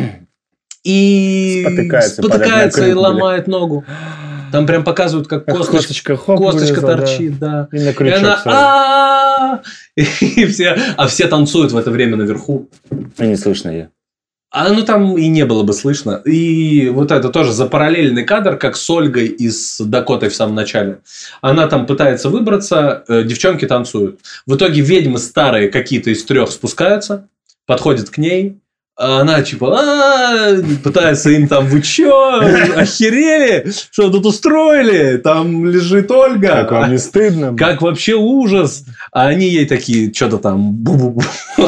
И спотыкается, спотыкается и ломает ногу. Там прям показывают, как косточка, косточка, косточка торчит, да. И на И крючок она, сразу. а и все, а все танцуют в это время наверху. И не слышно ее. А ну там и не было бы слышно. И вот это тоже за параллельный кадр, как с Ольгой и с Дакотой в самом начале. Она там пытается выбраться, э, девчонки танцуют. В итоге ведьмы старые какие-то из трех спускаются, подходят к ней. А она типа а-а-а, пытается им там, вы чё, охерели? Что тут устроили? Там лежит Ольга. Как вам не стыдно? Как вообще ужас. А они ей такие, что-то там бу-бу-бу,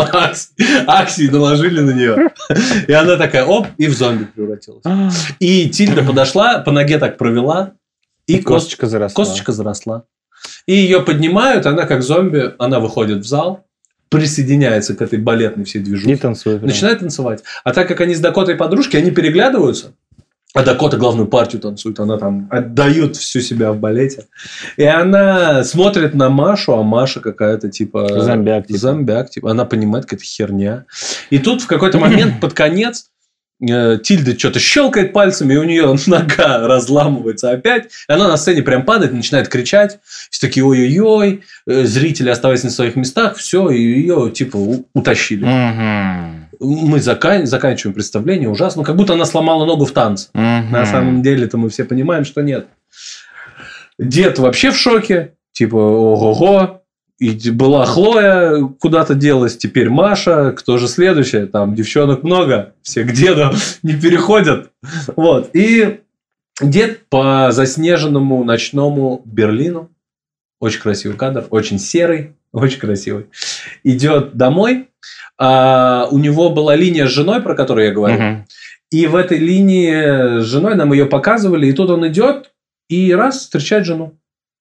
аксии наложили на нее. И она такая, оп, и в зомби превратилась. И Тильда подошла, по ноге так провела. И косточка заросла. Косточка заросла. И ее поднимают, она как зомби, она выходит в зал. Присоединяется к этой балетной всей движухе. И танцует. Начинает танцевать. А так как они с Дакотой подружки, они переглядываются. А Дакота главную партию танцует. Она там отдает всю себя в балете. И она смотрит на Машу, а Маша какая-то типа... Зомбяк. Типа. Зомбяк. Типа. Она понимает, какая-то херня. И тут в какой-то момент под конец Тильда что-то щелкает пальцами, и у нее нога разламывается опять. И она на сцене прям падает, начинает кричать. Все такие ой-ой-ой. Зрители оставались на своих местах. Все, и ее типа утащили. Угу. Мы закан... заканчиваем представление. Ужасно. Как будто она сломала ногу в танце. Угу. На самом деле-то мы все понимаем, что нет. Дед вообще в шоке. Типа ого-го. И была Хлоя, куда-то делась, теперь Маша, кто же следующая? Там девчонок много, все к деду не переходят. Вот. И дед по заснеженному ночному Берлину, очень красивый кадр, очень серый, очень красивый, идет домой. А у него была линия с женой, про которую я говорил. Угу. И в этой линии с женой нам ее показывали, и тут он идет и раз встречает жену.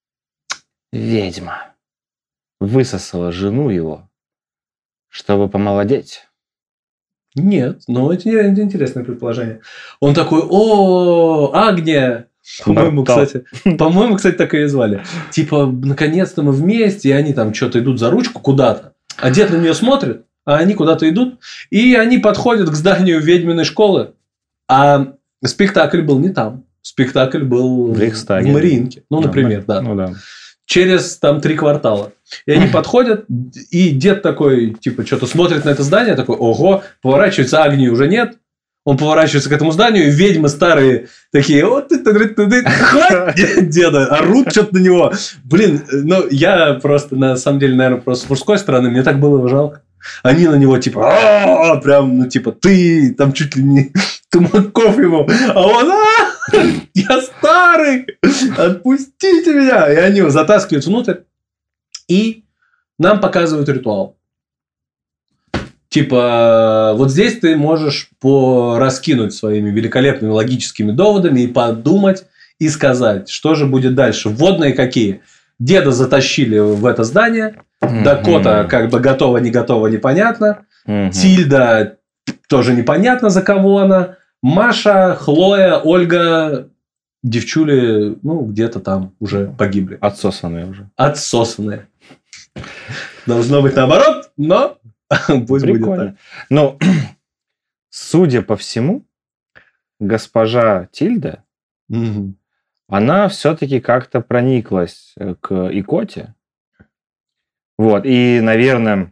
Ведьма высосала жену его, чтобы помолодеть. Нет, но это интересное предположение. Он такой, о, Агния. По-моему, кстати, по-моему, кстати, так ее звали. Типа, наконец-то мы вместе, и они там что-то идут за ручку куда-то. А дед на нее смотрит, а они куда-то идут. И они подходят к зданию ведьминой школы. А спектакль был не там. Спектакль был в, в Мариинке. Ну, например, да. Ну, да. Через там три квартала. И они подходят, и дед такой, типа, что-то смотрит на это здание, такой, ого, поворачивается, Агнии уже нет. Он поворачивается к этому зданию, и ведьмы старые такие, вот ты, ты, ты, ты, хватит деда, орут что-то на него. Блин, ну, я просто, на самом деле, наверное, просто с мужской стороны, мне так было его жалко. Они на него, типа, прям, ну, типа, ты, там чуть ли не тумаков ему, а он, я старый, отпустите меня. И они его затаскивают внутрь, и нам показывают ритуал. Типа, вот здесь ты можешь пораскинуть своими великолепными логическими доводами и подумать, и сказать, что же будет дальше. Вводные какие? Деда затащили в это здание. Mm-hmm. Дакота как бы готова, не готова, непонятно. Mm-hmm. Тильда тоже непонятно, за кого она. Маша, Хлоя, Ольга, девчули, ну, где-то там уже погибли. Отсосанные уже. Отсосанные. Должно быть наоборот, но пусть будет так. Ну, судя по всему, госпожа Тильда, угу. она все-таки как-то прониклась к икоте. Вот, и, наверное...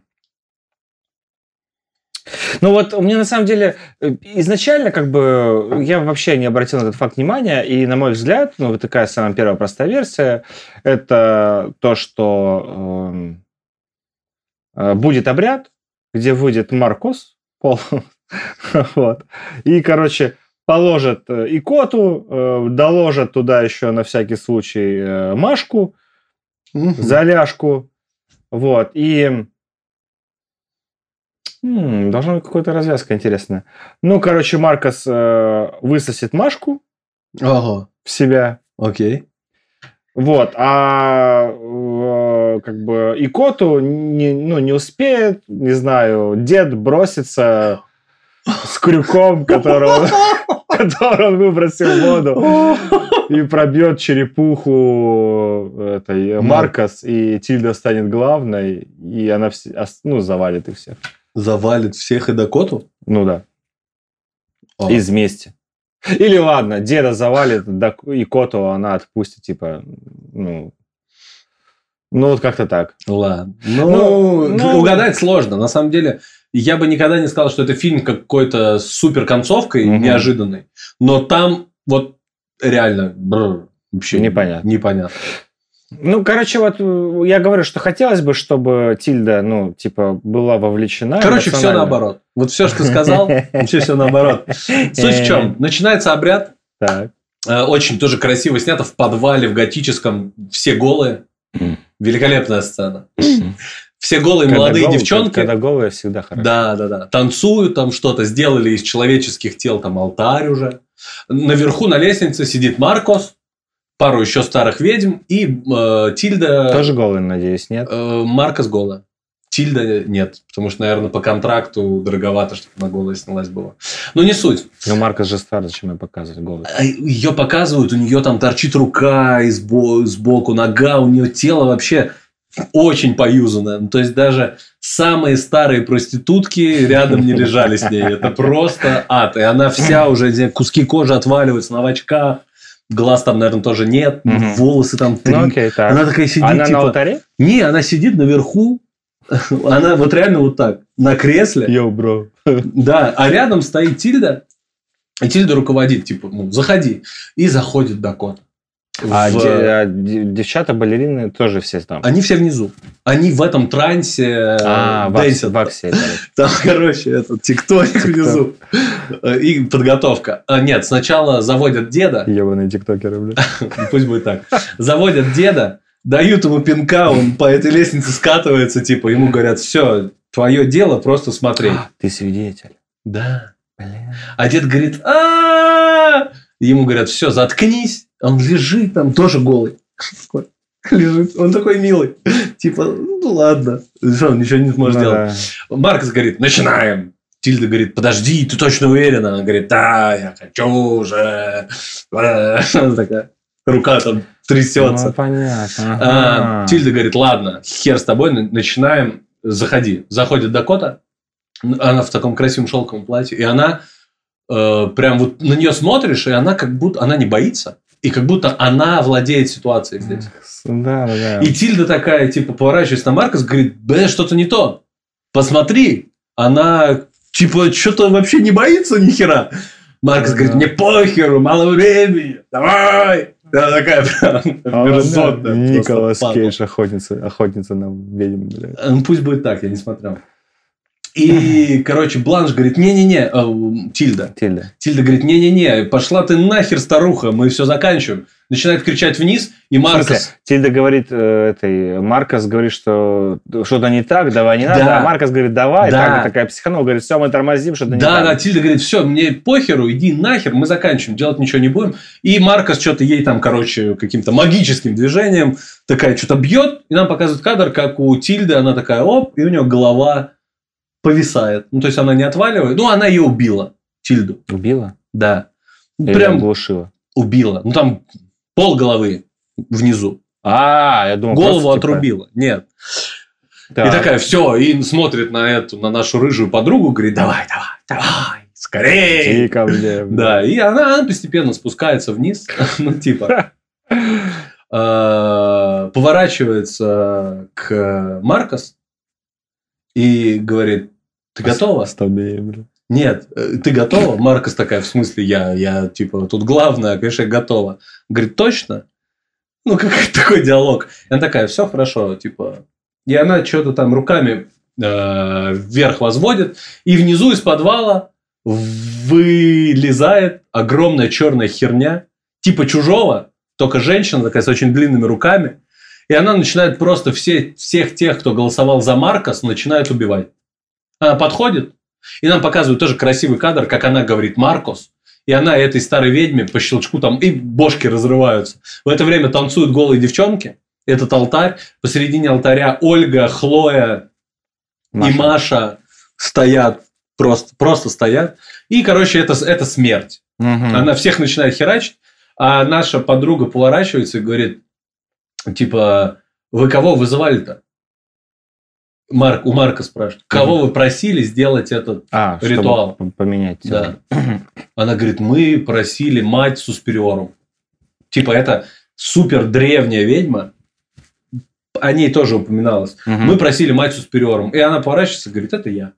Ну вот, у меня на самом деле изначально как бы я вообще не обратил на этот факт внимания, и, на мой взгляд, ну, вот такая самая первая простая версия, это то, что э, будет обряд, где выйдет Маркус, Пол, вот, и, короче, положат икоту, э, доложат туда еще на всякий случай э, Машку, Заляшку, вот, и... М-м, должна быть какая-то развязка интересная. Ну, короче, Маркос э, высосет Машку ага. в себя, Окей. Вот, а э, как бы Икоту не, ну, не успеет, не знаю, дед бросится с крюком, который он, который он выбросил в воду, и пробьет черепуху этой Маркос, и Тильда станет главной, и она ну, завалит их всех. Завалит всех и Дакоту? Ну да. О. Из мести. Или ладно, деда завалит, и Коту она отпустит, типа, ну, ну вот как-то так. Ладно. Ну, ну, угадать сложно. На самом деле, я бы никогда не сказал, что это фильм какой-то с супер концовкой, угу. неожиданной. Но там вот реально бррр, вообще непонятно. непонятно. Ну, короче, вот я говорю, что хотелось бы, чтобы Тильда, ну, типа, была вовлечена. Короче, все наоборот. Вот все, что ты сказал, все все наоборот. Суть в чем? Начинается обряд. Так. Очень тоже красиво снято в подвале, в готическом. Все голые. Великолепная сцена. Все голые когда молодые голые, девчонки. Когда голые, всегда хорошо. Да, да, да. Танцуют там что-то, сделали из человеческих тел там алтарь уже. Наверху на лестнице сидит Маркос. Пару еще старых ведьм и э, Тильда... Тоже голый, надеюсь, нет? Э, Маркос голая. Тильда нет. Потому что, наверное, по контракту дороговато, чтобы она голая снялась была. Но не суть. Но Маркос же стар, зачем ее показывать голой? Ее показывают, у нее там торчит рука сбоку, нога, у нее тело вообще очень поюзанное. Ну, то есть, даже самые старые проститутки рядом не лежали с ней. Это просто ад. И она вся уже, куски кожи отваливаются на очках. Глаз там, наверное, тоже нет. Угу. Волосы там три. Ну, окей, так. Она такая сидит. Она типа... на алтаре? Не, она сидит наверху. Она вот реально вот так. На кресле. Йоу, бро. Да. А рядом стоит Тильда. И Тильда руководит. Типа, ну, заходи. И заходит Дакота. А, в... де- а девчата-балерины тоже все там? Они все внизу. Они в этом трансе а, дэнсят. В Аксе, там, короче, этот тиктоник внизу. И подготовка. А, нет, сначала заводят деда. Ебаные тиктокеры, блядь. Пусть будет так. Заводят деда, дают ему пинка, он по этой лестнице скатывается, типа, ему говорят, все, твое дело просто смотреть. Ты свидетель. Да. А дед говорит, а ему говорят, все, заткнись. Он лежит там, тоже голый. Лежит. Он такой милый. Типа, ну ладно. Что, он ничего не сможет сделать. Маркос говорит, начинаем. Тильда говорит, подожди, ты точно уверена? Она говорит, да, я хочу уже. Она такая, рука там трясется. Ну, понятно. А, Тильда говорит, ладно, хер с тобой, начинаем, заходи. Заходит Дакота, она в таком красивом шелковом платье, и она э, прям вот на нее смотришь, и она как будто, она не боится. И как будто она владеет ситуацией здесь. Да, да. И Тильда такая, типа, поворачивается на Маркос, говорит, бля, что-то не то. Посмотри. Она, типа, что-то вообще не боится ни хера. Маркос да, говорит, мне похеру, мало времени. Давай. Она такая прям мерзотная. Николас Кейдж, охотница, охотница на ведьм. Ну, пусть будет так, я не смотрел. И, короче, Бланш говорит, не-не-не, э, Тильда. Тильда. Тильда говорит, не-не-не, пошла ты нахер, старуха, мы все заканчиваем. Начинает кричать вниз, и Маркос... Тильда говорит, э, этой, Маркос говорит, что что-то не так, давай, не надо. Да. А Маркос говорит, давай, да. Так, такая психанул, говорит, все, мы тормозим, что-то не да, так. Да, да, Тильда говорит, все, мне похеру, иди нахер, мы заканчиваем, делать ничего не будем. И Маркос что-то ей там, короче, каким-то магическим движением такая что-то бьет, и нам показывают кадр, как у Тильды, она такая, оп, и у нее голова... повисает. Ну, то есть, она не отваливает. Ну, она ее убила. Тильду. Убила? Да. Или прям оглушила? Убила. Ну, там пол головы внизу. А, я думал, голову просто, отрубила. Типа... Нет. Так. И такая, все, и смотрит на эту, на нашу рыжую подругу, говорит, давай, давай, давай, скорее. И ко мне. Да, и она постепенно спускается вниз. Ну, типа... Поворачивается к Маркос и говорит, ты готова? Столбее, блин. Нет, ты готова? Маркос такая, в смысле, я, я типа, тут главное, конечно, я готова. Говорит, точно? Ну, какой такой диалог. И она такая, все хорошо, типа. И она что-то там руками э, вверх возводит, и внизу из подвала вылезает огромная черная херня, типа чужого, только женщина такая с очень длинными руками. И она начинает просто все, всех тех, кто голосовал за Маркос, начинает убивать. Она подходит, и нам показывают тоже красивый кадр, как она говорит Маркос, И она этой старой ведьме по щелчку там и бошки разрываются. В это время танцуют голые девчонки. Этот алтарь. Посередине алтаря Ольга, Хлоя Маша. и Маша стоят. Просто, просто стоят. И, короче, это, это смерть. Угу. Она всех начинает херачить. А наша подруга поворачивается и говорит, типа, вы кого вызывали-то? Марк, у Марка спрашивают, кого угу. вы просили сделать этот а, ритуал? Чтобы поменять. Да. Она говорит, мы просили мать Суспириорум. Типа, это супер древняя ведьма. О ней тоже упоминалось. Угу. Мы просили мать Суспириорум. И она поворачивается и говорит, это я.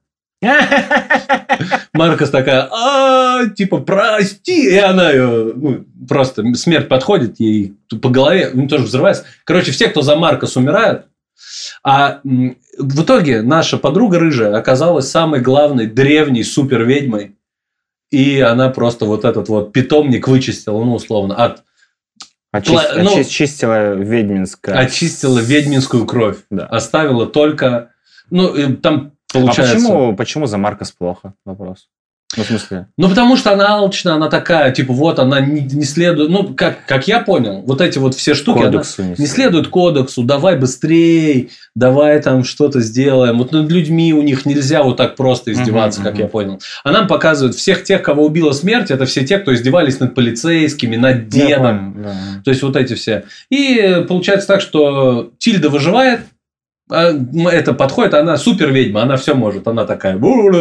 Маркос такая, а, типа, прости. И она ее, ну, просто смерть подходит ей по голове, ну, тоже взрывается. Короче, все, кто за Маркос, умирают. А в итоге наша подруга рыжая оказалась самой главной древней супер ведьмой. И она просто вот этот вот питомник вычистила, ну, условно, от... Очист... Ну, очистила ведьминское. Очистила ведьминскую кровь. Да. Оставила только... Ну, там... Получается. А почему, почему за Маркос плохо? Вопрос. Ну, в смысле? Ну, потому что она алчная, она такая, типа, вот, она не, не следует... Ну, как, как я понял, вот эти вот все штуки... Кодексу не, не следует кодексу, давай быстрей, давай там что-то сделаем. Вот над людьми у них нельзя вот так просто издеваться, uh-huh, как uh-huh. я понял. А нам показывают всех тех, кого убила смерть, это все те, кто издевались над полицейскими, над дедом. Понял, да. То есть, вот эти все. И получается так, что Тильда выживает, это подходит, она супер ведьма, она все может, она такая,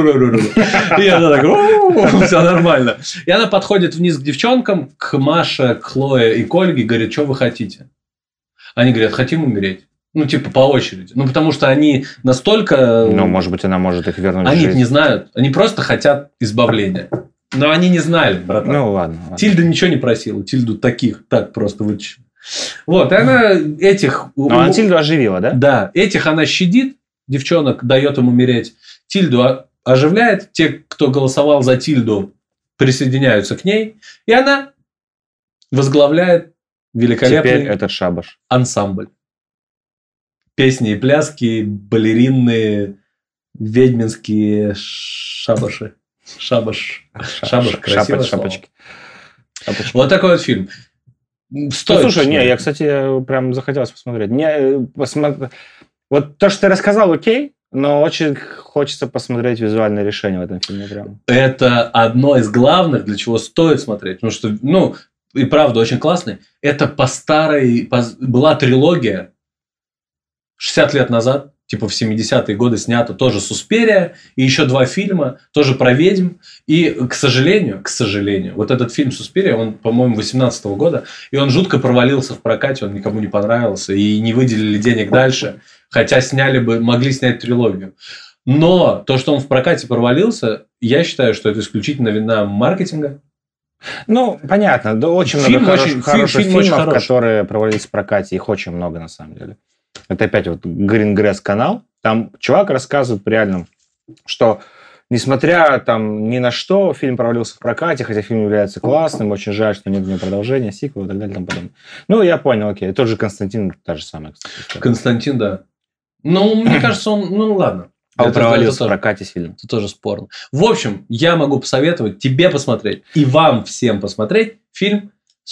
и она такая, все нормально. И она подходит вниз к девчонкам, к Маше, к Хлое и к Ольге, говорит, что вы хотите? Они говорят, хотим умереть. Ну, типа, по очереди. Ну, потому что они настолько... Ну, может быть, она может их вернуть в жизнь. Они не знают, они просто хотят избавления. Но они не знали, братан. Ну, ладно. ладно. Тильда ничего не просила, Тильду таких так просто вытащила. Вот, и она этих... Но она Тильду оживила, да? Да, этих она щадит, девчонок дает им умереть. Тильду оживляет, те, кто голосовал за Тильду, присоединяются к ней, и она возглавляет великолепный Теперь этот шабаш. Ансамбль. Песни и пляски, балеринные, ведьминские шабаши. Шабаш. Шабаш, красивое слово. Шапочки. Вот такой вот фильм. Стоит, ну, слушай, не, я, кстати, прям захотелось посмотреть. Не, посмотри... Вот то, что ты рассказал, окей, но очень хочется посмотреть визуальное решение в этом фильме. Прям. Это одно из главных, для чего стоит смотреть. Потому что, ну, и правда, очень классный. Это по старой... По... Была трилогия шестьдесят лет назад, типа в семидесятые годы снято, тоже «Суспирия», и еще два фильма, тоже про ведьм. И, к сожалению, к сожалению, вот этот фильм «Суспирия», он, по-моему, восемнадцатого года, и он жутко провалился в прокате, он никому не понравился, и не выделили денег дальше, хотя сняли бы, могли снять трилогию. Но то, что он в прокате провалился, я считаю, что это исключительно вина маркетинга. Ну, понятно, да, очень фильм много очень, хороших фильм, фильмов, фильм хороший. Которые провалились в прокате, их очень много, на самом деле. Это опять вот Green Grass канал. Там чувак рассказывает реально, что несмотря там ни на что, фильм провалился в прокате, хотя фильм является классным, очень жаль, что нет у него продолжения, сиквела и так далее и тому подобное. Ну, я понял, окей. Тот же Константин, та же самая, кстати. Константин, да. Ну, мне кажется, он... Ну, ладно. А он провалился в прокате сильно. Это тоже спорно. В общем, я могу посоветовать тебе посмотреть и вам всем посмотреть фильм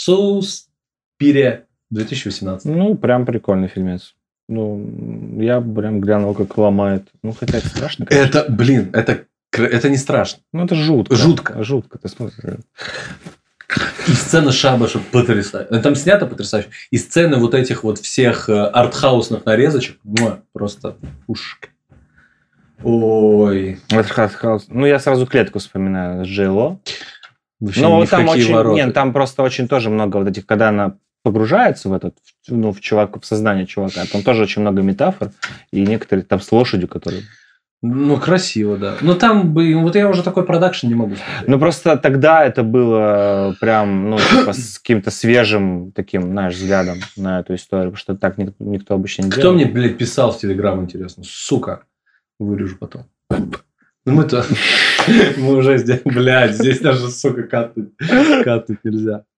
«Суспирия» две тысячи восемнадцатый. Ну, прям прикольный фильмец. Ну, я прям глянул, как ломает. Ну, хотя это страшно, конечно. Это, блин, это, это не страшно. Ну, это жутко. Жутко. Жутко, ты смотришь. И сцена шабаша потрясающая. Там снято потрясающе. И сцены вот этих вот всех артхаусных нарезочек. Муа, просто пушка. Ой. Артхаус. Ну, я сразу клетку вспоминаю с Джей Ло. Ну, там очень... Нет, там просто очень тоже много вот этих, когда она погружается в этот, ну, в чувак, в сознание чувака. Там тоже очень много метафор. И некоторые там с лошадью, которые... Ну, красиво, да. Но там бы... Вот я уже такой продакшн не могу смотреть. Ну, просто тогда это было прям, ну, типа, с каким-то свежим таким, знаешь, взглядом на эту историю. Потому что так никто, никто обычно не Кто делал. Кто мне, блядь, писал в Телеграм, интересно? Сука. Вырежу потом. Ну, мы-то... Мы уже здесь... Блядь, здесь даже, сука, катать. Катать нельзя.